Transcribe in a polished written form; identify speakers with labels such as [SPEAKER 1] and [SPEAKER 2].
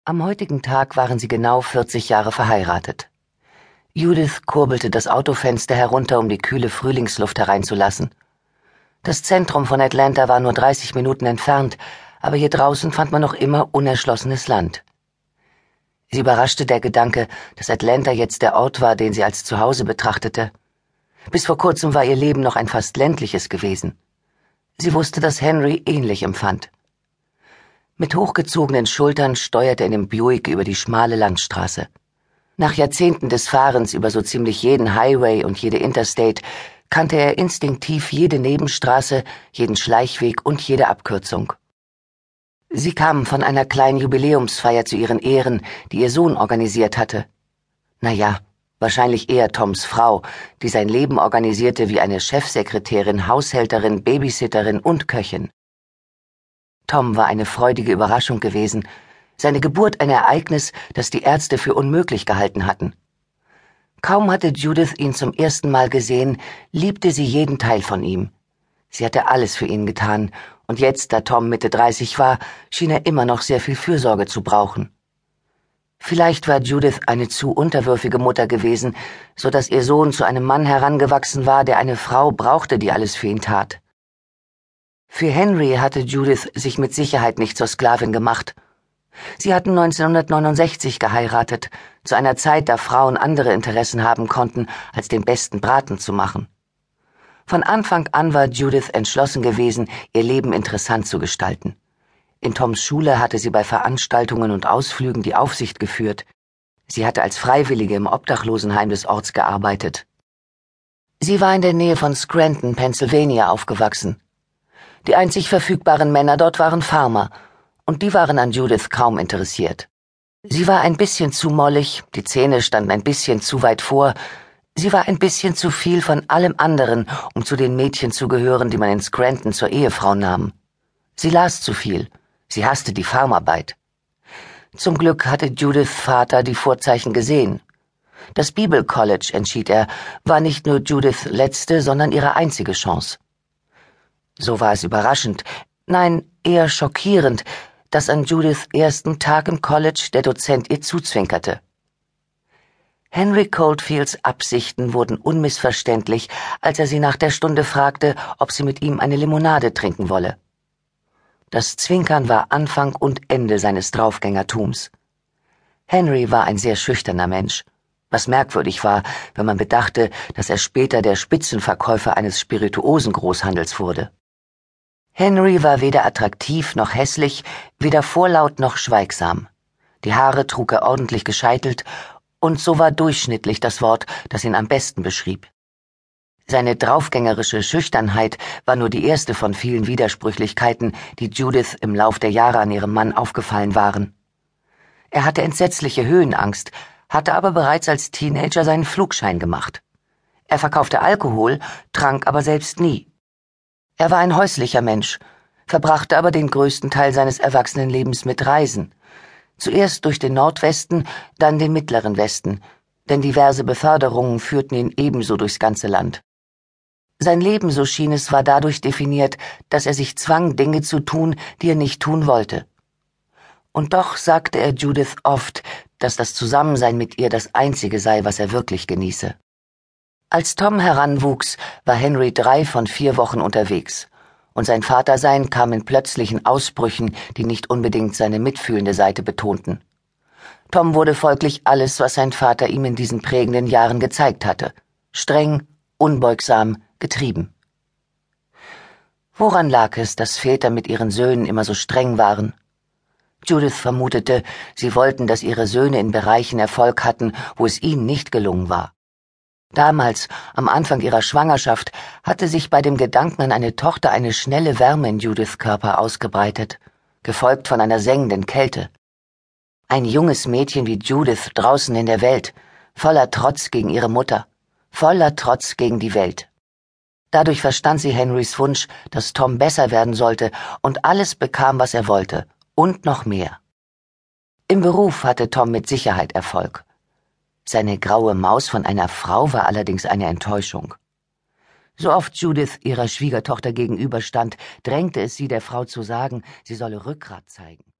[SPEAKER 1] Am heutigen Tag waren sie genau 40 Jahre verheiratet. Judith kurbelte das Autofenster herunter, um die kühle Frühlingsluft hereinzulassen. Das Zentrum von Atlanta war nur 30 Minuten entfernt, aber hier draußen fand man noch immer unerschlossenes Land. Sie überraschte der Gedanke, dass Atlanta jetzt der Ort war, den sie als Zuhause betrachtete. Bis vor kurzem war ihr Leben noch ein fast ländliches gewesen. Sie wusste, dass Henry ähnlich empfand. Mit hochgezogenen Schultern steuerte er in dem Buick über die schmale Landstraße. Nach Jahrzehnten des Fahrens über so ziemlich jeden Highway und jede Interstate kannte er instinktiv jede Nebenstraße, jeden Schleichweg und jede Abkürzung. Sie kamen von einer kleinen Jubiläumsfeier zu ihren Ehren, die ihr Sohn organisiert hatte. Naja, wahrscheinlich eher Toms Frau, die sein Leben organisierte wie eine Chefsekretärin, Haushälterin, Babysitterin und Köchin. Tom war eine freudige Überraschung gewesen, seine Geburt ein Ereignis, das die Ärzte für unmöglich gehalten hatten. Kaum hatte Judith ihn zum ersten Mal gesehen, liebte sie jeden Teil von ihm. Sie hatte alles für ihn getan, und jetzt, da Tom Mitte 30 war, schien er immer noch sehr viel Fürsorge zu brauchen. Vielleicht war Judith eine zu unterwürfige Mutter gewesen, so dass ihr Sohn zu einem Mann herangewachsen war, der eine Frau brauchte, die alles für ihn tat. Für Henry hatte Judith sich mit Sicherheit nicht zur Sklavin gemacht. Sie hatten 1969 geheiratet, zu einer Zeit, da Frauen andere Interessen haben konnten, als den besten Braten zu machen. Von Anfang an war Judith entschlossen gewesen, ihr Leben interessant zu gestalten. In Toms Schule hatte sie bei Veranstaltungen und Ausflügen die Aufsicht geführt. Sie hatte als Freiwillige im Obdachlosenheim des Orts gearbeitet. Sie war in der Nähe von Scranton, Pennsylvania, aufgewachsen. Die einzig verfügbaren Männer dort waren Farmer, und die waren an Judith kaum interessiert. Sie war ein bisschen zu mollig, die Zähne standen ein bisschen zu weit vor, sie war ein bisschen zu viel von allem anderen, um zu den Mädchen zu gehören, die man in Scranton zur Ehefrau nahm. Sie las zu viel, sie hasste die Farmarbeit. Zum Glück hatte Judiths Vater die Vorzeichen gesehen. Das Bible College, entschied er, war nicht nur Judiths letzte, sondern ihre einzige Chance. So war es überraschend, nein, eher schockierend, dass an Judiths ersten Tag im College der Dozent ihr zuzwinkerte. Henry Coldfields Absichten wurden unmissverständlich, als er sie nach der Stunde fragte, ob sie mit ihm eine Limonade trinken wolle. Das Zwinkern war Anfang und Ende seines Draufgängertums. Henry war ein sehr schüchterner Mensch, was merkwürdig war, wenn man bedachte, dass er später der Spitzenverkäufer eines Spirituosengroßhandels wurde. Henry war weder attraktiv noch hässlich, weder vorlaut noch schweigsam. Die Haare trug er ordentlich gescheitelt, und so war durchschnittlich das Wort, das ihn am besten beschrieb. Seine draufgängerische Schüchternheit war nur die erste von vielen Widersprüchlichkeiten, die Judith im Lauf der Jahre an ihrem Mann aufgefallen waren. Er hatte entsetzliche Höhenangst, hatte aber bereits als Teenager seinen Flugschein gemacht. Er verkaufte Alkohol, trank aber selbst nie. Er war ein häuslicher Mensch, verbrachte aber den größten Teil seines Erwachsenenlebens mit Reisen. Zuerst durch den Nordwesten, dann den mittleren Westen, denn diverse Beförderungen führten ihn ebenso durchs ganze Land. Sein Leben, so schien es, war dadurch definiert, dass er sich zwang, Dinge zu tun, die er nicht tun wollte. Und doch sagte er Judith oft, dass das Zusammensein mit ihr das Einzige sei, was er wirklich genieße. Als Tom heranwuchs, war Henry 3 von 4 Wochen unterwegs, und sein Vatersein kam in plötzlichen Ausbrüchen, die nicht unbedingt seine mitfühlende Seite betonten. Tom wurde folglich alles, was sein Vater ihm in diesen prägenden Jahren gezeigt hatte: streng, unbeugsam, getrieben. Woran lag es, dass Väter mit ihren Söhnen immer so streng waren? Judith vermutete, sie wollten, dass ihre Söhne in Bereichen Erfolg hatten, wo es ihnen nicht gelungen war. Damals, am Anfang ihrer Schwangerschaft, hatte sich bei dem Gedanken an eine Tochter eine schnelle Wärme in Judiths Körper ausgebreitet, gefolgt von einer sengenden Kälte. Ein junges Mädchen wie Judith draußen in der Welt, voller Trotz gegen ihre Mutter, voller Trotz gegen die Welt. Dadurch verstand sie Henrys Wunsch, dass Tom besser werden sollte und alles bekam, was er wollte, und noch mehr. Im Beruf hatte Tom mit Sicherheit Erfolg. Seine graue Maus von einer Frau war allerdings eine Enttäuschung. So oft Judith ihrer Schwiegertochter gegenüberstand, drängte es sie, der Frau zu sagen, sie solle Rückgrat zeigen.